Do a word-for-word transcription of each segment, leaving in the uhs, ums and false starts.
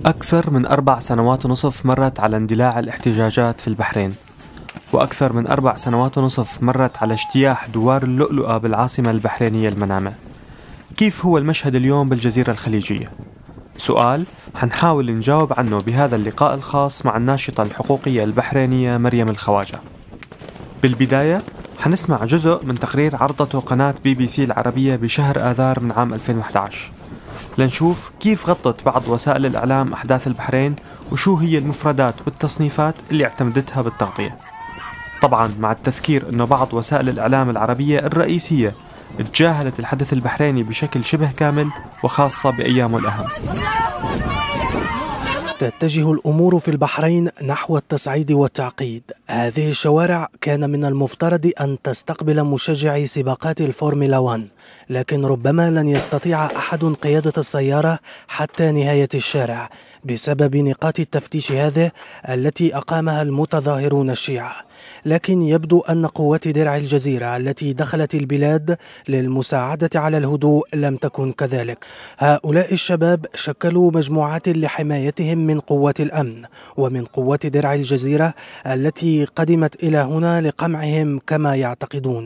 أكثر من أربع سنوات ونصف مرت على اندلاع الاحتجاجات في البحرين، وأكثر من أربع سنوات ونصف مرت على اجتياح دوار اللؤلؤة بالعاصمة البحرينية المنامة. كيف هو المشهد اليوم بالجزيرة الخليجية؟ سؤال حنحاول نجاوب عنه بهذا اللقاء الخاص مع الناشطة الحقوقية البحرينية مريم الخواجة. بالبداية حنسمع جزء من تقرير عرضته قناة بي بي سي العربية بشهر آذار من عام ألفين وإحدى عشر، لنشوف كيف غطت بعض وسائل الإعلام أحداث البحرين وشو هي المفردات والتصنيفات اللي اعتمدتها بالتغطية. طبعا مع التذكير أنه بعض وسائل الإعلام العربية الرئيسية تجاهلت الحدث البحريني بشكل شبه كامل، وخاصة بأيامه الأهم. تتجه الأمور في البحرين نحو التصعيد والتعقيد. هذه الشوارع كان من المفترض أن تستقبل مشجعي سباقات الفورمولا واحد، لكن ربما لن يستطيع أحد قيادة السيارة حتى نهاية الشارع بسبب نقاط التفتيش هذه التي أقامها المتظاهرون الشيعة. لكن يبدو أن قوات درع الجزيرة التي دخلت البلاد للمساعدة على الهدوء لم تكن كذلك. هؤلاء الشباب شكلوا مجموعات لحمايتهم من قوات الأمن ومن قوات درع الجزيرة التي قدمت إلى هنا لقمعهم كما يعتقدون.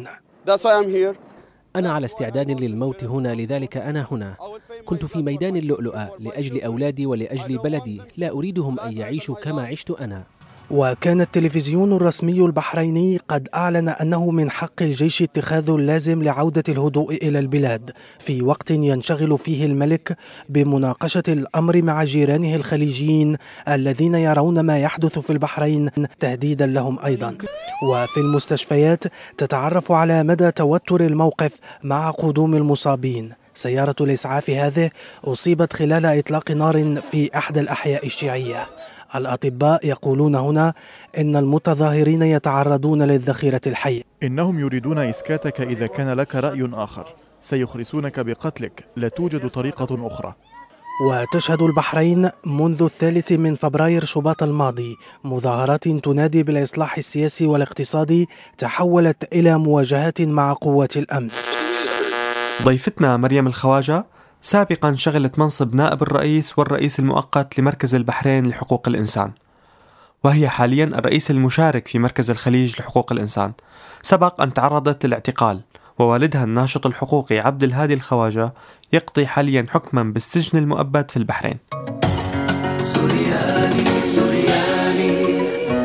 أنا على استعداد للموت هنا، لذلك أنا هنا. كنت في ميدان اللؤلؤة لأجل أولادي ولأجل بلدي، لا أريدهم أن يعيشوا كما عشت أنا. وكان التلفزيون الرسمي البحريني قد أعلن أنه من حق الجيش اتخاذ اللازم لعودة الهدوء إلى البلاد في وقت ينشغل فيه الملك بمناقشة الأمر مع جيرانه الخليجيين الذين يرون ما يحدث في البحرين تهديدا لهم أيضا. وفي المستشفيات تتعرف على مدى توتر الموقف مع قدوم المصابين. سيارة الإسعاف هذه أصيبت خلال إطلاق نار في أحدى الأحياء الشيعية. الأطباء يقولون هنا إن المتظاهرين يتعرضون للذخيرة الحية. إنهم يريدون إسكاتك إذا كان لك رأي آخر، سيخرسونك بقتلك، لا توجد طريقة أخرى. وتشهد البحرين منذ الثالث من فبراير شباط الماضي مظاهرات تنادي بالإصلاح السياسي والاقتصادي تحولت إلى مواجهات مع قوات الأمن. ضيفتنا مريم الخواجة سابقا شغلت منصب نائب الرئيس والرئيس المؤقت لمركز البحرين لحقوق الإنسان، وهي حاليا الرئيس المشارك في مركز الخليج لحقوق الإنسان. سبق أن تعرضت للاعتقال، ووالدها الناشط الحقوقي عبد الهادي الخواجة يقضي حاليا حكما بالسجن المؤبد في البحرين. سورياني سورياني.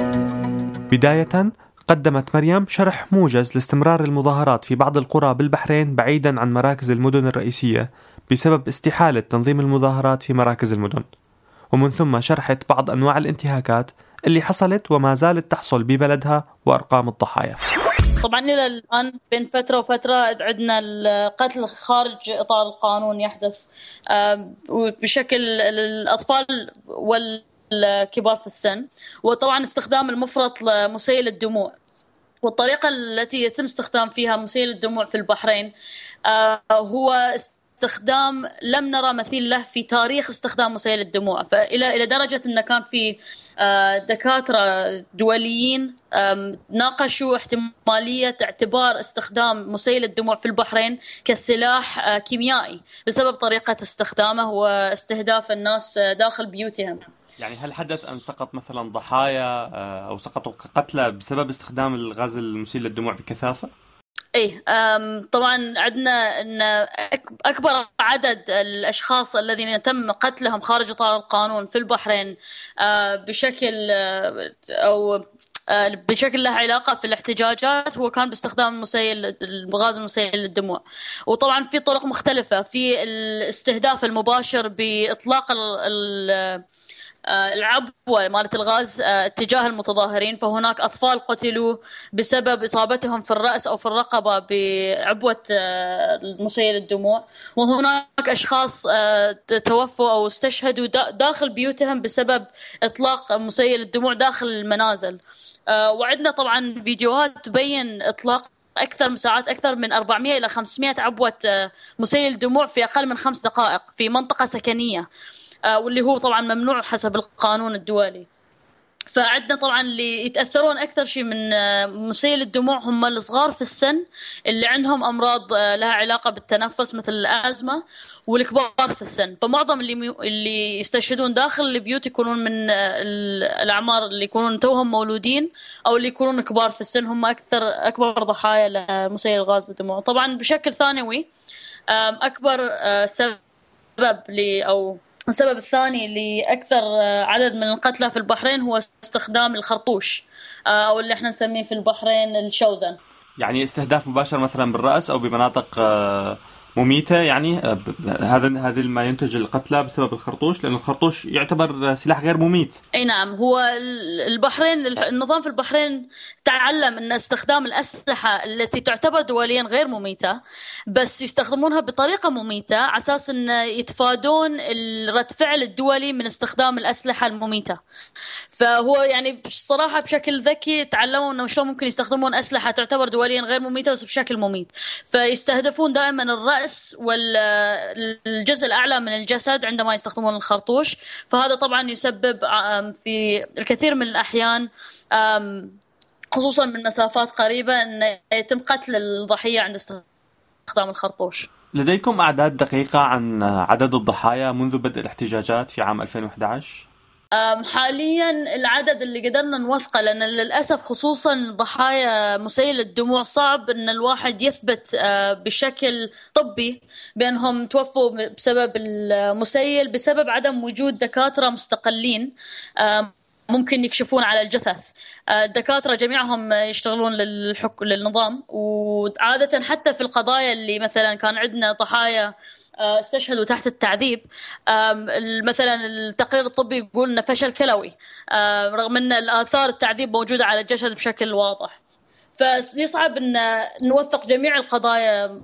بداية قدمت مريم شرح موجز لاستمرار المظاهرات في بعض القرى بالبحرين بعيدا عن مراكز المدن الرئيسية بسبب استحالة تنظيم المظاهرات في مراكز المدن، ومن ثم شرحت بعض أنواع الانتهاكات اللي حصلت وما زالت تحصل ببلدها وأرقام الضحايا. طبعا إلى الآن بين فترة وفترة عندنا القتل خارج إطار القانون يحدث بشكل الأطفال والكبار في السن، وطبعا استخدام المفرط لمسيل الدموع. والطريقة التي يتم استخدام فيها مسيل الدموع في البحرين هو استخدام لم نرى مثيل له في تاريخ استخدام مسيل الدموع، فإلى إلى درجة أن كان في دكاترة دوليين ناقشوا احتمالية اعتبار استخدام مسيل الدموع في البحرين كسلاح كيميائي بسبب طريقة استخدامه واستهداف الناس داخل بيوتهم. يعني هل حدث أن سقط مثلا ضحايا أو سقطوا قتلى بسبب استخدام الغاز المسيل للدموع بكثافة؟ ايه طبعا عندنا ان اكبر عدد الاشخاص الذين تم قتلهم خارج اطار القانون في البحرين بشكل او بشكل له علاقه في الاحتجاجات هو كان باستخدام المسيل الغاز المسيل للدموع. وطبعا في طرق مختلفه في الاستهداف المباشر باطلاق ال العبوة مالت الغاز اتجاه المتظاهرين، فهناك أطفال قتلوا بسبب إصابتهم في الرأس أو في الرقبة بعبوة مسيل الدموع، وهناك أشخاص توفوا أو استشهدوا داخل بيوتهم بسبب إطلاق مسيل الدموع داخل المنازل. وعندنا طبعا فيديوهات تبين إطلاق أكثر من ساعات أكثر من أربعمائة إلى خمسمائة عبوة مسيل الدموع في أقل من خمس دقائق في منطقة سكنية، واللي هو طبعا ممنوع حسب القانون الدولي. فعندنا طبعا اللي يتأثرون أكثر شيء من مسيل الدموع هم الصغار في السن اللي عندهم أمراض لها علاقة بالتنفس مثل الأزمة، والكبار في السن. فمعظم اللي اللي يستشهدون داخل البيوت يكونون من الأعمار اللي يكونون توهم مولودين أو اللي يكونون كبار في السن، هم أكثر أكبر ضحايا لمسيل الغاز الدموع. طبعا بشكل ثانوي أكبر سبب لي أو السبب الثاني لأكثر عدد من القتلى في البحرين هو استخدام الخرطوش أو اللي احنا نسميه في البحرين الشوزن، يعني استهداف مباشر مثلا بالرأس أو بمناطق مميتة. يعني هذا هذا ما ينتج القتلى بسبب الخرطوش، لأن الخرطوش يعتبر سلاح غير مميت. أي نعم، هو البحرين النظام في البحرين تعلم أن استخدام الأسلحة التي تعتبر دوليا غير مميتة بس يستخدمونها بطريقة مميتة على أساس أن يتفادون الرد فعل الدولي من استخدام الأسلحة المميتة. فهو يعني بصراحة بشكل ذكي تعلموا أنه شلون ممكن يستخدمون أسلحة تعتبر دوليا غير مميتة بس بشكل مميت. فيستهدفون دائما الرأس والجزء الأعلى من الجسد عندما يستخدمون الخرطوش. فهذا طبعا يسبب في الكثير من الأحيان خصوصا من مسافات قريبة أن يتم قتل الضحية عند استخدام الخرطوش. لديكم أعداد دقيقة عن عدد الضحايا منذ بدء الاحتجاجات في عام ألفين وإحدى عشر؟ حاليا العدد اللي قدرنا نوثقه، لأن للأسف خصوصا ضحايا مسيل الدموع صعب أن الواحد يثبت بشكل طبي بأنهم توفوا بسبب المسيل بسبب عدم وجود دكاترة مستقلين ممكن يكشفون على الجثث. الدكاترة جميعهم يشتغلون للحك... للنظام، وعادة حتى في القضايا اللي مثلا كان عندنا ضحايا استشهدوا تحت التعذيب، مثلا التقرير الطبي يقول إنه فشل كلوي رغم أن الآثار التعذيب موجودة على الجسد بشكل واضح. فيصعب أن نوثق جميع القضايا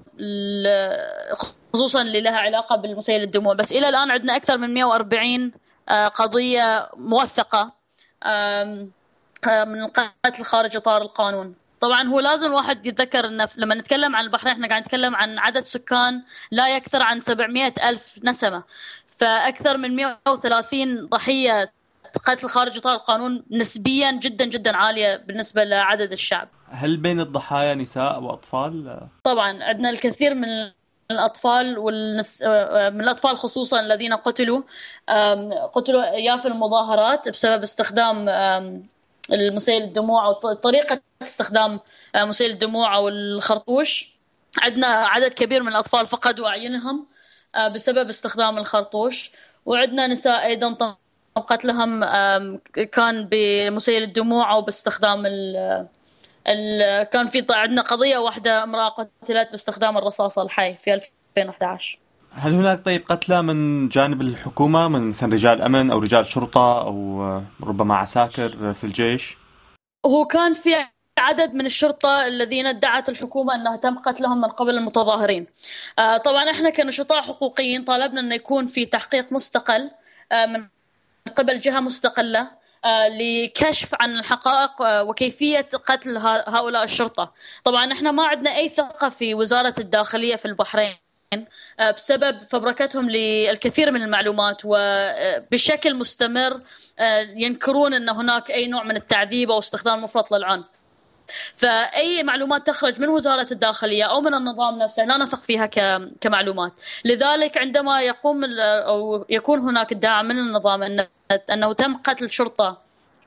خصوصا اللي لها علاقة بالمسيل الدموع، بس إلى الآن عندنا أكثر من مئة وأربعين قضية موثقة من القتل خارج إطار القانون. طبعا هو لازم الواحد يتذكر أن لما نتكلم عن البحرين احنا قاعد نتكلم عن عدد سكان لا يكثر عن سبعمئة ألف نسمة، فأكثر من مئة وثلاثين ضحية قتل خارج إطار القانون نسبيا جدا جدا عالية بالنسبة لعدد الشعب. هل بين الضحايا نساء وأطفال؟ طبعا عندنا الكثير من الأطفال والنس... من الأطفال خصوصا الذين قتلوا قتلوا يا في المظاهرات بسبب استخدام المسيل الدموع أو طريقة استخدام مسيل الدموع أو الخرطوش. عندنا عدد كبير من الأطفال فقدوا أعينهم بسبب استخدام الخرطوش، وعندنا نساء أيضا تم قتلهم كان بمسيل الدموع أو باستخدام ال... ال... كان في عندنا قضية واحدة امرأة قتلت باستخدام الرصاص الحي في ألفين وإحدى عشر. هل هناك طيب قتلى من جانب الحكومة من مثل رجال أمن أو رجال شرطة أو ربما عساكر في الجيش؟ هو كان في عدد من الشرطة الذين ادعت الحكومة أنها تم قتلهم من قبل المتظاهرين. طبعا احنا كنشطاء حقوقيين طالبنا أن يكون في تحقيق مستقل من قبل جهة مستقلة لكشف عن الحقائق وكيفية قتل هؤلاء الشرطة. طبعا احنا ما عندنا أي ثقة في وزارة الداخلية في البحرين بسبب فبركتهم للكثير من المعلومات، وبشكل مستمر ينكرون أن هناك أي نوع من التعذيب أو استخدام مفرط للعنف. فأي معلومات تخرج من وزارة الداخلية أو من النظام نفسه لا نثق فيها كمعلومات. لذلك عندما يقوم أو يكون هناك ادعاء من النظام أن أنه تم قتل شرطة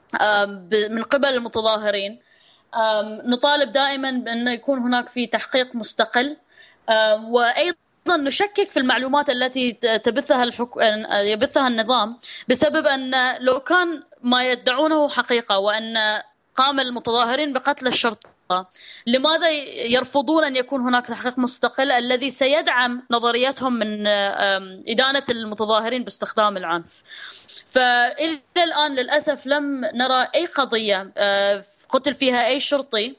من قبل المتظاهرين، نطالب دائما بأن يكون هناك في تحقيق مستقل، وأيضا نشكك في المعلومات التي تبثها الحك... يبثها النظام، بسبب أن لو كان ما يدعونه حقيقة وأن قام المتظاهرين بقتل الشرطة، لماذا يرفضون أن يكون هناك تحقيق مستقل الذي سيدعم نظريتهم من إدانة المتظاهرين باستخدام العنف؟ فإلى الآن للأسف لم نرى أي قضية قتل فيها أي شرطي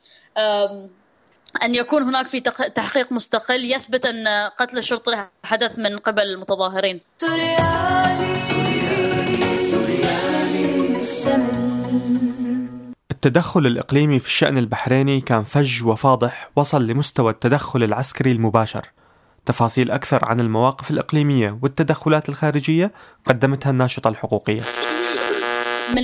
أن يكون هناك في تحقيق مستقل يثبت أن قتل الشرطي حدث من قبل المتظاهرين. التدخل الإقليمي في الشأن البحريني كان فج وفاضح، وصل لمستوى التدخل العسكري المباشر. تفاصيل أكثر عن المواقف الإقليمية والتدخلات الخارجية قدمتها الناشطة الحقوقية. من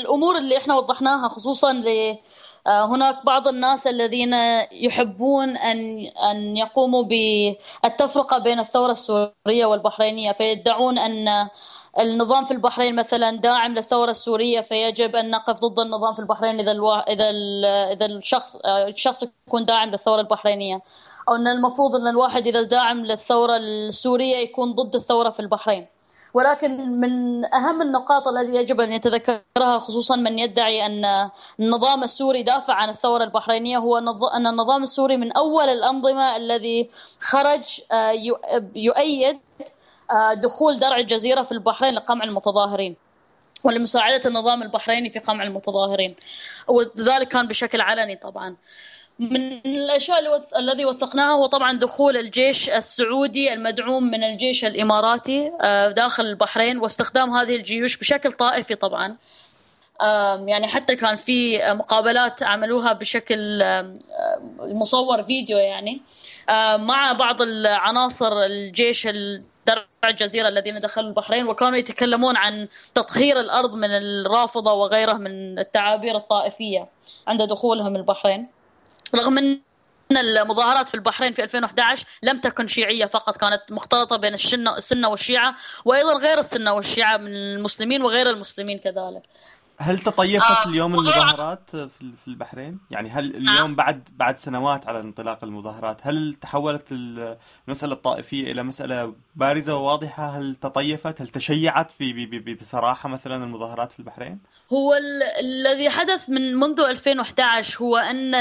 الأمور اللي إحنا وضحناها، خصوصا ل هناك بعض الناس الذين يحبون أن أن يقوموا بالتفرقة بين الثورة السورية والبحرينية، فيدعون أن النظام في البحرين مثلا داعم للثورة السورية، فيجب أن نقف ضد النظام في البحرين إذا الوا... إذا ال... إذا الشخص الشخص يكون داعم للثورة البحرينية، أو أن المفروض أن الواحد إذا داعم للثورة السورية يكون ضد الثورة في البحرين. ولكن من أهم النقاط التي يجب أن يتذكرها خصوصا من يدعي أن النظام السوري دافع عن الثورة البحرينية هو أن النظام السوري من أول الأنظمة الذي خرج يؤيد دخول درع الجزيرة في البحرين لقمع المتظاهرين ولمساعدة النظام البحريني في قمع المتظاهرين، وذلك كان بشكل علني. طبعا من الأشياء الذي وثقناها هو طبعا دخول الجيش السعودي المدعوم من الجيش الإماراتي داخل البحرين، واستخدام هذه الجيوش بشكل طائفي. طبعا يعني حتى كان في مقابلات عملوها بشكل مصور فيديو يعني مع بعض العناصر الجيش درع الجزيرة الذين دخلوا البحرين، وكانوا يتكلمون عن تطهير الأرض من الرافضة وغيره من التعابير الطائفية عند دخولهم البحرين، رغم أن المظاهرات في البحرين في ألفين وأحد عشر لم تكن شيعية فقط، كانت مختلطة بين السنة والشيعة، وأيضا غير السنة والشيعة من المسلمين وغير المسلمين كذلك. هل تطيفت اليوم المظاهرات في البحرين؟ يعني هل اليوم بعد بعد سنوات على انطلاق المظاهرات هل تحولت المسألة الطائفية إلى مسألة بارزة وواضحة؟ هل تطيفت؟ هل تشيعت بصراحة مثلا المظاهرات في البحرين؟ هو الذي حدث من منذ ألفين وأحد عشر هو أن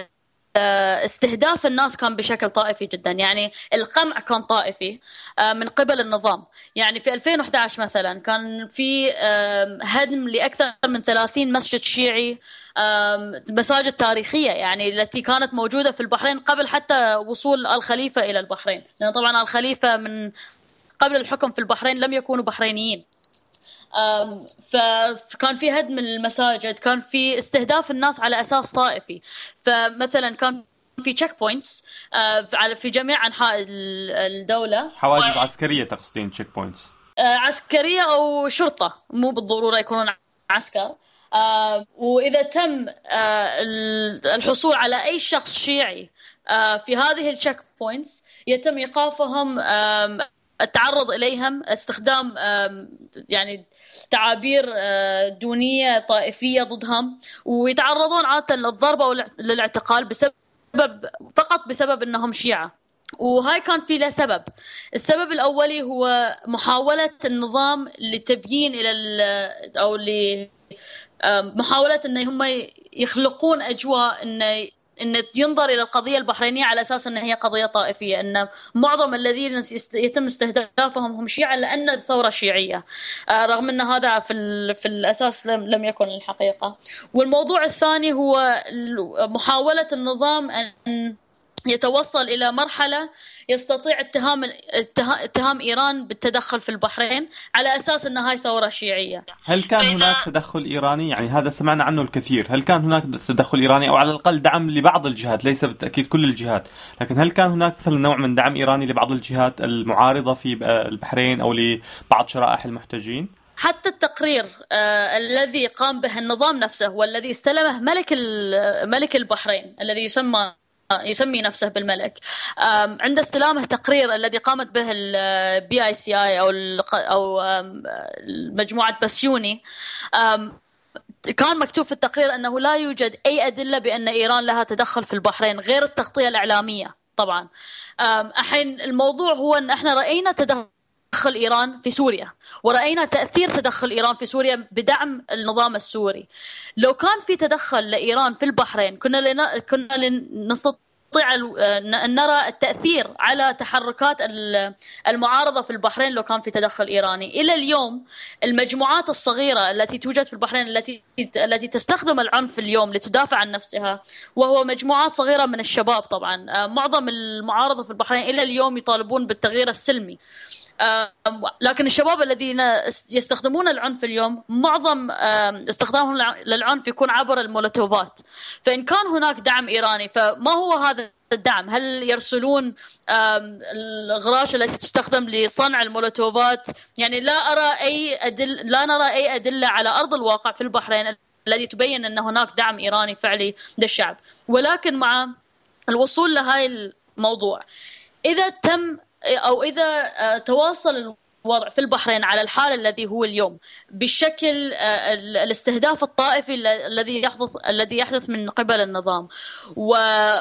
استهداف الناس كان بشكل طائفي جدا، يعني القمع كان طائفي من قبل النظام. يعني في ألفين وأحد عشر مثلا كان في هدم لأكثر من ثلاثين مسجد شيعي، مساجد تاريخية يعني التي كانت موجودة في البحرين قبل حتى وصول آل خليفة إلى البحرين، لأن طبعا آل خليفة من قبل الحكم في البحرين لم يكونوا بحرينيين. فكان في هدم المساجد، كان في استهداف الناس على أساس طائفي. فمثلا كان في تشيك بوينتس في جميع أنحاء الدولة، حواجز عسكرية تقصدين تشيك بوينتس؟ عسكرية أو شرطة، مو بالضرورة يكونون عسكر. وإذا تم الحصول على أي شخص شيعي في هذه التشيك بوينتس يتم إيقافهم، التعرض إليهم، استخدام يعني تعابير دونية طائفية ضدهم، ويتعرضون عادة للضرب أو للاعتقال بسبب فقط بسبب أنهم شيعة. وهاي كان في له سبب. السبب الأولي هو محاولة النظام لتبيين إلى أو محاولة أن هم يخلقون أجواء أن أن ينظر إلى القضية البحرينية على أساس أنها هي قضية طائفية، أن معظم الذين يتم استهدافهم هم شيعة لأن الثورة شيعية، رغم أن هذا في في الأساس لم لم يكن الحقيقة. والموضوع الثاني هو محاولة النظام أن يتوصل إلى مرحلة يستطيع اتهام اتهام إيران بالتدخل في البحرين على أساس أن هاي ثورة شيعية. هل كان هناك تدخل إيراني؟ يعني هذا سمعنا عنه الكثير. هل كان هناك تدخل إيراني أو على الأقل دعم لبعض الجهات، ليس بالتأكيد كل الجهات، لكن هل كان هناك مثلا نوع من دعم إيراني لبعض الجهات المعارضة في البحرين أو لبعض شرائح المحتجين؟ حتى التقرير آه الذي قام به النظام نفسه والذي استلمه ملك ملك البحرين الذي يسمى يسمي نفسه بالملك، عند استلامه تقرير الذي قامت به البي اي سي اي او او مجموعة بسيوني، كان مكتوب في التقرير انه لا يوجد اي ادله بان ايران لها تدخل في البحرين غير التغطيه الاعلاميه. طبعا الحين الموضوع هو ان احنا راينا تدخل تدخل إيران في سوريا، ورأينا تأثير تدخل إيران في سوريا بدعم النظام السوري. لو كان في تدخل لإيران في البحرين كنا لنا كنا نستطيع أن نرى التأثير على تحركات المعارضة في البحرين لو كان في تدخل إيراني. إلى اليوم المجموعات الصغيرة التي توجد في البحرين التي التي تستخدم العنف اليوم لتدافع عن نفسها، وهو مجموعات صغيرة من الشباب. طبعا معظم المعارضة في البحرين إلى اليوم يطالبون بالتغيير السلمي، لكن الشباب الذين يستخدمون العنف اليوم معظم استخدامهم للعنف يكون عبر المولوتوفات. فإن كان هناك دعم إيراني فما هو هذا الدعم؟ هل يرسلون الغراش التي تستخدم لصنع المولوتوفات؟ يعني لا أرى أي أدل لا نرى أي أدلة على أرض الواقع في البحرين الذي تبين أن هناك دعم إيراني فعلي للشعب. ولكن مع الوصول لهاي الموضوع، إذا تم أو إذا تواصل الوضع في البحرين على الحال الذي هو اليوم بالشكل الاستهداف الطائفي الذي يحدث الذي يحدث من قبل النظام، و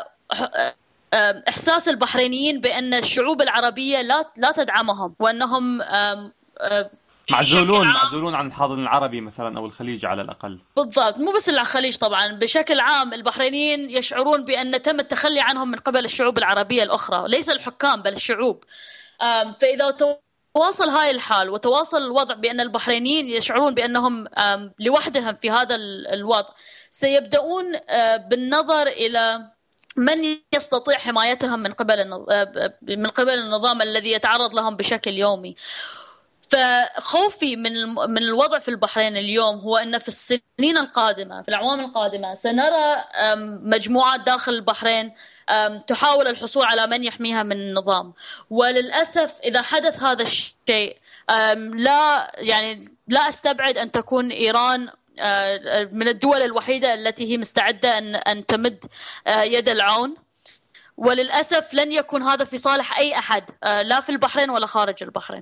إحساس البحرينيين بأن الشعوب العربية لا لا تدعمهم، وأنهم معزولون معزولون عن الحاضن العربي مثلا أو الخليج على الأقل. بالضبط، مو بس الخليج طبعا، بشكل عام البحرينيين يشعرون بأن تم التخلي عنهم من قبل الشعوب العربية الأخرى، ليس الحكام بل الشعوب. فإذا تواصل هاي الحال وتواصل الوضع بأن البحرينيين يشعرون بأنهم لوحدهم في هذا الوضع، سيبدأون بالنظر إلى من يستطيع حمايتهم من قبل من قبل النظام الذي يتعرض لهم بشكل يومي. فخوفي من من الوضع في البحرين اليوم هو أن في السنين القادمة، في الأعوام القادمة، سنرى مجموعات داخل البحرين تحاول الحصول على من يحميها من النظام. وللأسف إذا حدث هذا الشيء، لا يعني لا أستبعد أن تكون إيران من الدول الوحيدة التي هي مستعدة أن أن تمد يد العون. وللأسف لن يكون هذا في صالح أي أحد، لا في البحرين ولا خارج البحرين.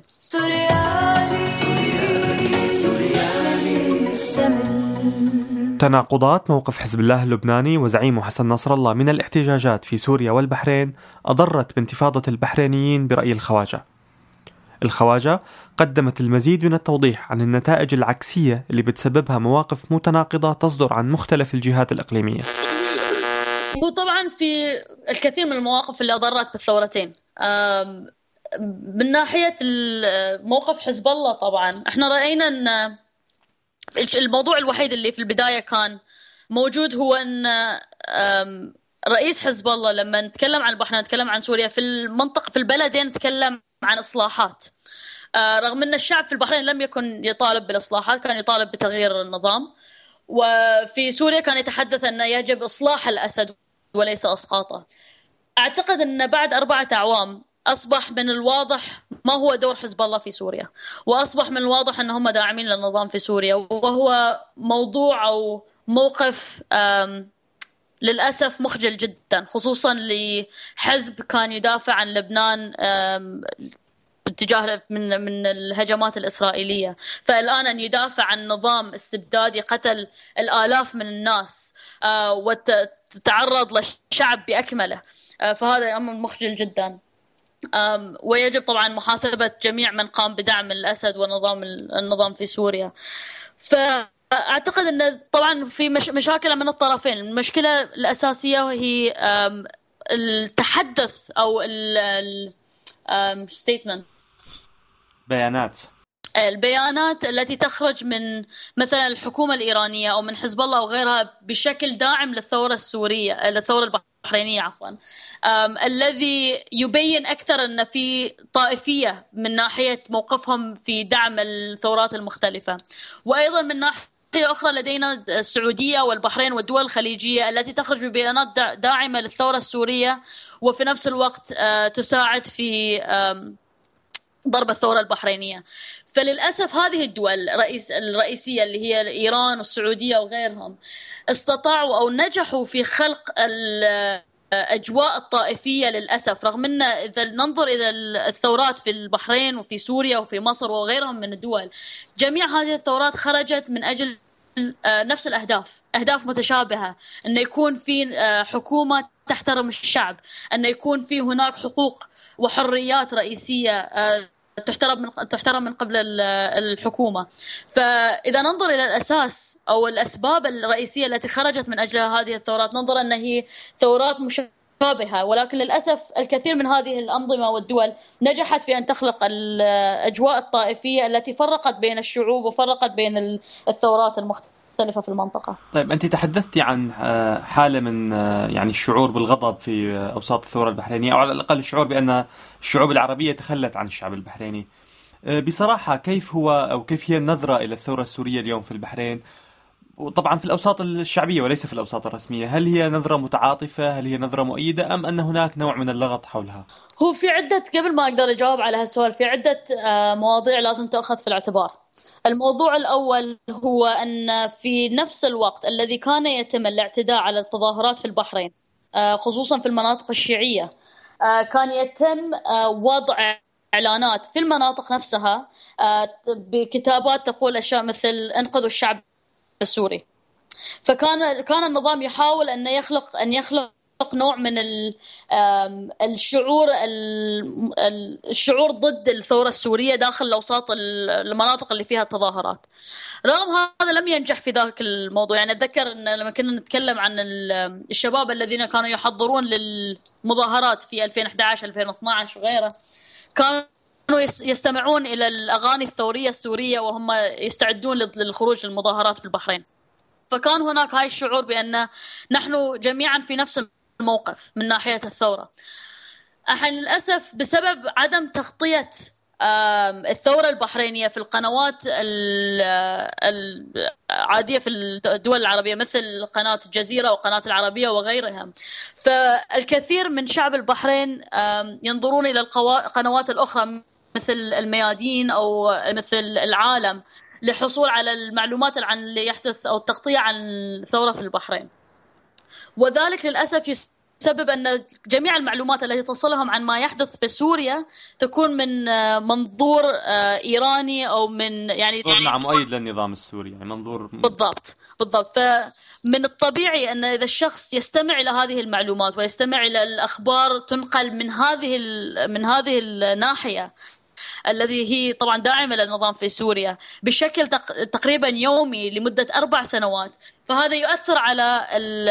تناقضات موقف حزب الله اللبناني وزعيمه حسن نصر الله من الاحتجاجات في سوريا والبحرين أضرت بانتفاضة البحرينيين برأي الخواجة. الخواجة قدمت المزيد من التوضيح عن النتائج العكسية اللي بتسببها مواقف متناقضة تصدر عن مختلف الجهات الإقليمية. وطبعا في الكثير من المواقف اللي أضرت بالثورتين، من ناحية موقف حزب الله طبعا احنا رأينا أن الموضوع الوحيد اللي في البداية كان موجود هو أن رئيس حزب الله لما نتكلم عن البحرين نتكلم عن سوريا، في المنطقة في البلدين نتكلم عن إصلاحات، رغم أن الشعب في البحرين لم يكن يطالب بالإصلاحات، كان يطالب بتغيير النظام. وفي سوريا كان يتحدث أن يجب إصلاح الأسد وليس إسقاطه. أعتقد أن بعد أربعة أعوام أصبح من الواضح ما هو دور حزب الله في سوريا، وأصبح من الواضح أنهم داعمين للنظام في سوريا، وهو موضوع أو موقف للأسف مخجل جدا، خصوصا لحزب كان يدافع عن لبنان باتجاه من من الهجمات الإسرائيلية. فالآن أن يدافع عن نظام استبدادي قتل الآلاف من الناس وتتعرض للشعب بأكمله، فهذا أمر مخجل جدا. ويجب طبعا محاسبة جميع من قام بدعم الأسد ونظام النظام في سوريا. فأعتقد أن طبعا في مش مشاكل من الطرفين. المشكلة الأساسية هي التحدث أو الستيتمنت، بيانات البيانات التي تخرج من مثلا الحكومة الإيرانية أو من حزب الله أو غيرها بشكل داعم للثورة السورية للثورة البحرينية عفوا، الذي يبين أكثر أن في طائفية من ناحية موقفهم في دعم الثورات المختلفة. وأيضا من ناحية أخرى لدينا السعودية والبحرين والدول الخليجية التي تخرج ببيانات داعمة للثورة السورية وفي نفس الوقت تساعد في ضرب الثورة البحرينية. فللأسف هذه الدول الرئيس الرئيسية اللي هي إيران والسعودية وغيرهم استطاعوا أو نجحوا في خلق الأجواء الطائفية للأسف، رغم أن إذا ننظر إلى الثورات في البحرين وفي سوريا وفي مصر وغيرهم من الدول، جميع هذه الثورات خرجت من أجل نفس الأهداف، أهداف متشابهة، أن يكون في حكومة تحترم الشعب، أن يكون في هناك حقوق وحريات رئيسية تحترم من تحترم من قبل الحكومة. فإذا ننظر إلى الأساس أو الأسباب الرئيسية التي خرجت من أجلها هذه الثورات، ننظر أن هي ثورات مشابهة، ولكن للأسف الكثير من هذه الأنظمة والدول نجحت في أن تخلق الأجواء الطائفية التي فرقت بين الشعوب وفرقت بين الثورات المختلفة في المنطقة. طيب أنت تحدثتي عن حالة من يعني الشعور بالغضب في أوساط الثورة البحرينية، أو على الأقل الشعور بأن الشعوب العربية تخلت عن الشعب البحريني. بصراحة كيف هو أو كيف هي النظرة إلى الثورة السورية اليوم في البحرين، وطبعا في الأوساط الشعبية وليس في الأوساط الرسمية؟ هل هي نظرة متعاطفة؟ هل هي نظرة مؤيدة؟ أم أن هناك نوع من اللغط حولها؟ هو في عدة، قبل ما أقدر أجاوب على هالسؤال، في عدة مواضيع لازم تأخذ في الاعتبار. الموضوع الأول هو أن في نفس الوقت الذي كان يتم الاعتداء على التظاهرات في البحرين خصوصا في المناطق الشيعية، كان يتم وضع إعلانات في المناطق نفسها بكتابات تقول أشياء مثل انقذوا الشعب السوري. فكان كان النظام يحاول أن يخلق أن يخلق نوع من الشعور الشعور ضد الثورة السورية داخل الأوساط المناطق اللي فيها التظاهرات. رغم هذا لم ينجح في ذاك الموضوع. يعني أتذكر أن لما كنا نتكلم عن الشباب الذين كانوا يحضرون للمظاهرات في ألفين وإحدى عشر ألفين واثني عشر وغيره، كانوا يستمعون إلى الأغاني الثورية السورية وهم يستعدون للخروج للمظاهرات في البحرين. فكان هناك هاي الشعور بأن نحن جميعا في نفس الموقف من ناحية الثورة. الحين للأسف بسبب عدم تغطية الثورة البحرينية في القنوات العادية في الدول العربية مثل قناة الجزيرة وقناة العربية وغيرها، فالكثير من شعب البحرين ينظرون إلى القنوات الأخرى مثل الميادين أو مثل العالم للحصول على المعلومات عن اللي يحدث أو التغطية عن الثورة في البحرين. وذلك للأسف يسبب أن جميع المعلومات التي تصلهم عن ما يحدث في سوريا تكون من منظور إيراني أو من يعني منظور مؤيد للنظام السوري، يعني منظور بالضبط بالضبط. فمن الطبيعي أن إذا الشخص يستمع إلى هذه المعلومات ويستمع إلى الأخبار تنقل من هذه من هذه الناحية الذي هي طبعا داعمة للنظام في سوريا بشكل تقريبا يومي لمدة أربع سنوات، فهذا يؤثر على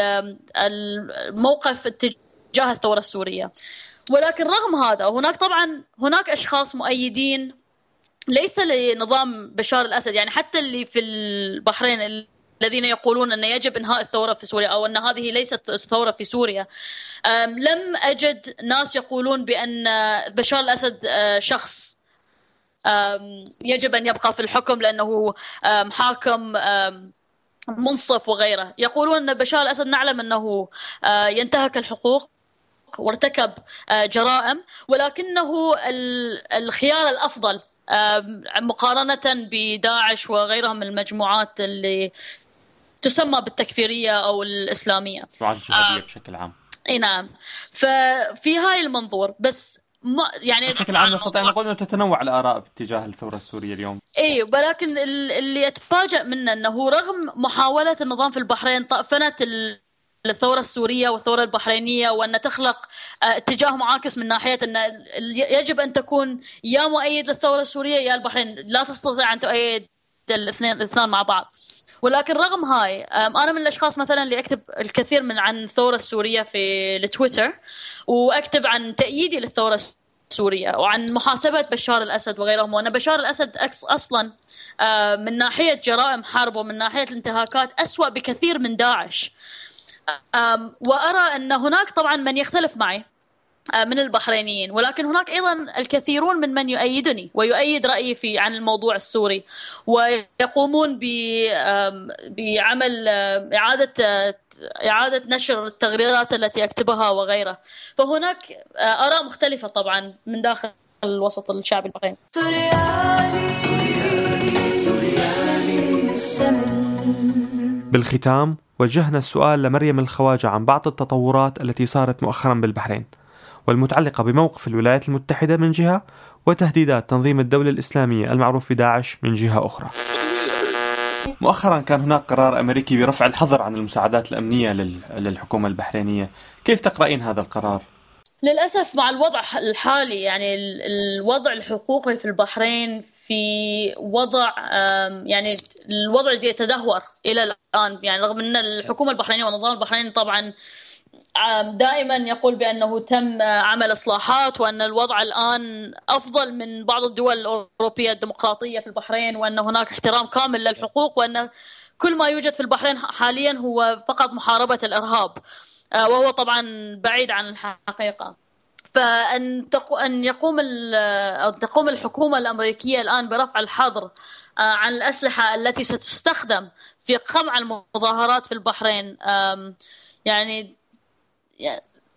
الموقف تجاه الثورة السورية. ولكن رغم هذا هناك طبعا هناك أشخاص مؤيدين ليس لنظام بشار الأسد، يعني حتى اللي في البحرين الذين يقولون أن يجب إنهاء الثورة في سوريا أو أن هذه ليست ثورة في سوريا. لم أجد ناس يقولون بأن بشار الأسد شخص يجب أن يبقى في الحكم لأنه محاكم منصف وغيره. يقولون أن بشار الأسد نعلم أنه ينتهك الحقوق وارتكب جرائم، ولكنه الخيار الأفضل مقارنة بداعش وغيرها من المجموعات اللي تسمى بالتكفيرية أو الإسلامية آه. بشكل عام. اي نعم. ففي هاي المنظور بس يعني بشكل عام نستطيع أن نقول أنه تتنوع الآراء باتجاه الثورة السورية اليوم. اي، ولكن اللي يتفاجأ منه أنه رغم محاولة النظام في البحرين طأفنة الثورة السورية والثورة البحرينية وأن تخلق اتجاه معاكس من ناحية أن يجب أن تكون يا مؤيد للثورة السورية يا البحرين، لا تستطيع أن تؤيد الاثنين الاثنين مع بعض. ولكن رغم هاي أنا من الأشخاص مثلا اللي أكتب الكثير من عن الثورة السورية في التويتر، وأكتب عن تأييدي للثورة السورية وعن محاسبة بشار الأسد وغيرهم. وأن بشار الأسد أصلا من ناحية جرائم حرب ومن ناحية الانتهاكات أسوأ بكثير من داعش. وأرى أن هناك طبعا من يختلف معي من البحرينيين، ولكن هناك أيضا الكثيرون من من يؤيدني ويؤيد رأيي في عن الموضوع السوري، ويقومون بعمل إعادة إعادة نشر التغريدات التي أكتبها وغيرها. فهناك آراء مختلفة طبعا من داخل الوسط الشعبي البحريني. بالختام وجهنا السؤال لمريم الخواجة عن بعض التطورات التي صارت مؤخرا بالبحرين والمتعلقة بموقف الولايات المتحدة من جهة وتهديدات تنظيم الدولة الإسلامية المعروف بداعش من جهة أخرى. مؤخرا كان هناك قرار أمريكي برفع الحظر عن المساعدات الأمنية للحكومة البحرينية، كيف تقرأين هذا القرار؟ للأسف مع الوضع الحالي يعني الوضع الحقوقي في البحرين في وضع يعني الوضع يتدهور إلى الآن. يعني رغم أن الحكومة البحرينية والنظام البحريني طبعا دائما يقول بأنه تم عمل إصلاحات وأن الوضع الآن أفضل من بعض الدول الأوروبية الديمقراطية في البحرين، وأن هناك احترام كامل للحقوق، وأن كل ما يوجد في البحرين حاليا هو فقط محاربة الإرهاب، وهو طبعا بعيد عن الحقيقة. فأن أن يقوم أو تقوم الحكومة الأمريكية الآن برفع الحظر عن الأسلحة التي ستستخدم في قمع المظاهرات في البحرين، يعني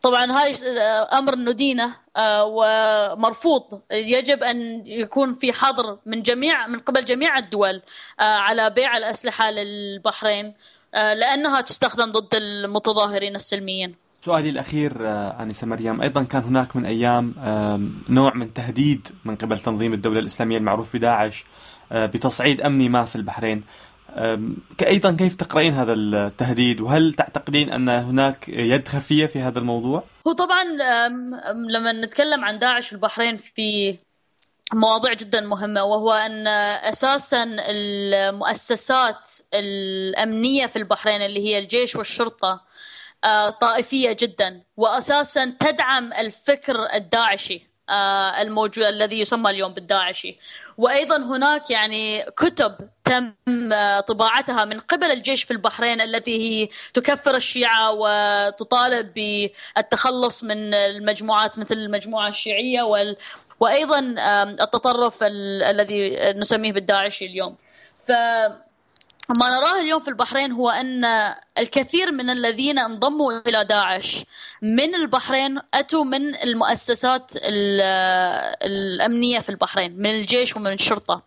طبعا هاي أمر ندينة ومرفوض. يجب أن يكون في حظر من جميع من قبل جميع الدول على بيع الأسلحة للبحرين لأنها تستخدم ضد المتظاهرين السلميين. سؤالي الأخير آنسة مريم، أيضا كان هناك من أيام نوع من تهديد من قبل تنظيم الدولة الإسلامية المعروف بداعش بتصعيد أمني ما في البحرين. أيضا كيف تقرأين هذا التهديد، وهل تعتقدين أن هناك يد خفية في هذا الموضوع؟ هو طبعا لما نتكلم عن داعش في البحرين في مواضيع جدا مهمة، وهو أن أساسا المؤسسات الأمنية في البحرين اللي هي الجيش والشرطة طائفية جدا، وأساسا تدعم الفكر الداعشي الموجود الذي يسمى اليوم بالداعشي. وأيضا هناك يعني كتب تم طباعتها من قبل الجيش في البحرين التي هي تكفر الشيعة وتطالب بالتخلص من المجموعات مثل المجموعة الشيعية وال... وأيضا التطرف ال... الذي نسميه بالداعشي اليوم. ف ما نراه اليوم في البحرين هو أن الكثير من الذين انضموا إلى داعش من البحرين أتوا من المؤسسات الأمنية في البحرين، من الجيش ومن الشرطة.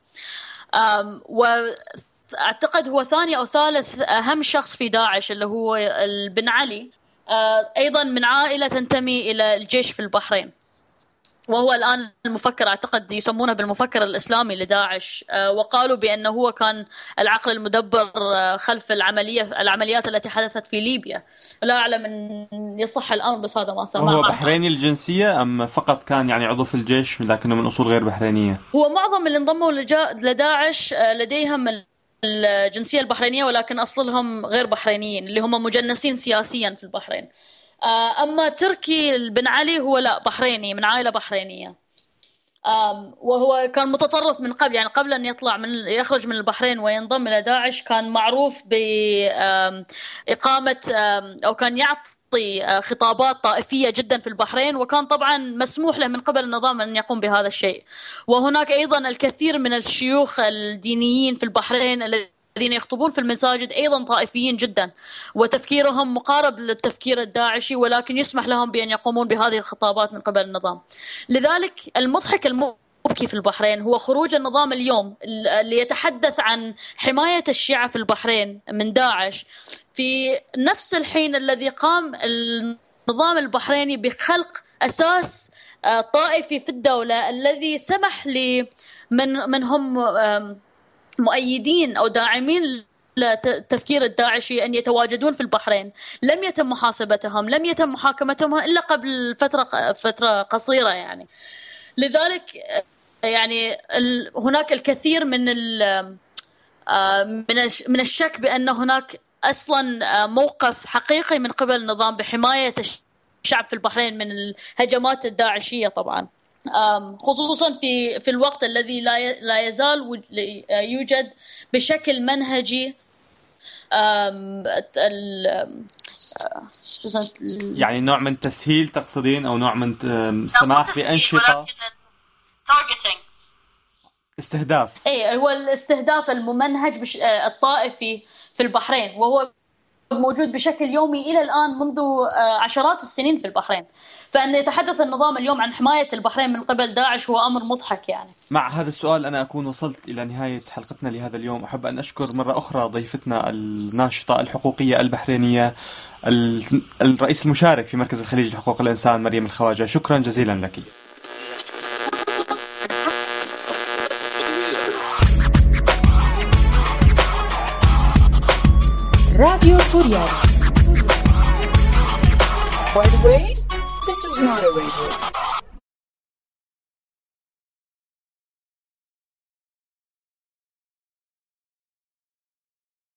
وأعتقد هو ثاني أو ثالث أهم شخص في داعش اللي هو بن علي، أيضا من عائلة تنتمي إلى الجيش في البحرين، وهو الآن المفكر، أعتقد يسمونه بالمفكر الإسلامي لداعش. وقالوا بأنه هو كان العقل المدبر خلف العملية العمليات التي حدثت في ليبيا. لا أعلم أن يصح الأمر، بس هذا ما سمع. هو بحريني الجنسية أم فقط كان يعني عضو في الجيش لكنه من أصول غير بحرينية؟ هو معظم اللي انضموا لداعش لديهم الجنسية البحرينية ولكن أصلهم غير بحرينيين، اللي هم مجنسين سياسيا في البحرين. أما تركي بن علي هو لا بحريني من عائلة بحرينية، وهو كان متطرف من قبل، يعني قبل أن يطلع من يخرج من البحرين وينضم إلى داعش كان معروف بإقامة أو كان يعطي خطابات طائفية جدا في البحرين، وكان طبعا مسموح له من قبل النظام أن يقوم بهذا الشيء. وهناك أيضا الكثير من الشيوخ الدينيين في البحرين الذين يخطبون في المساجد أيضا طائفيين جدا، وتفكيرهم مقارب للتفكير الداعشي، ولكن يسمح لهم بأن يقومون بهذه الخطابات من قبل النظام. لذلك المضحك المبكي في البحرين هو خروج النظام اليوم اللي يتحدث عن حماية الشيعة في البحرين من داعش، في نفس الحين الذي قام النظام البحريني بخلق أساس طائفي في الدولة الذي سمح لمن من هم مؤيدين أو داعمين للتفكير الداعشي أن يتواجدون في البحرين. لم يتم محاسبتهم، لم يتم محاكمتهم إلا قبل فترة فترة قصيرة يعني. لذلك يعني هناك الكثير من من الشك بأن هناك أصلا موقف حقيقي من قبل النظام بحماية الشعب في البحرين من الهجمات الداعشية طبعا، خصوصا في في الوقت الذي لا لا يزال يوجد بشكل منهجي يعني نوع من تسهيل تقصدين او نوع من السماح بأنشطة استهداف. اي هو الاستهداف الممنهج الطائفي في البحرين، وهو موجود بشكل يومي إلى الآن منذ عشرات السنين في البحرين. فأن يتحدث النظام اليوم عن حماية البحرين من قبل داعش هو أمر مضحك يعني. مع هذا السؤال أنا أكون وصلت إلى نهاية حلقتنا لهذا اليوم. أحب أن أشكر مرة أخرى ضيفتنا الناشطة الحقوقية البحرينية الرئيس المشارك في مركز الخليج لحقوق الإنسان مريم الخواجة. شكرا جزيلا لك. راديو سوريالي. By the way, this is not a radio.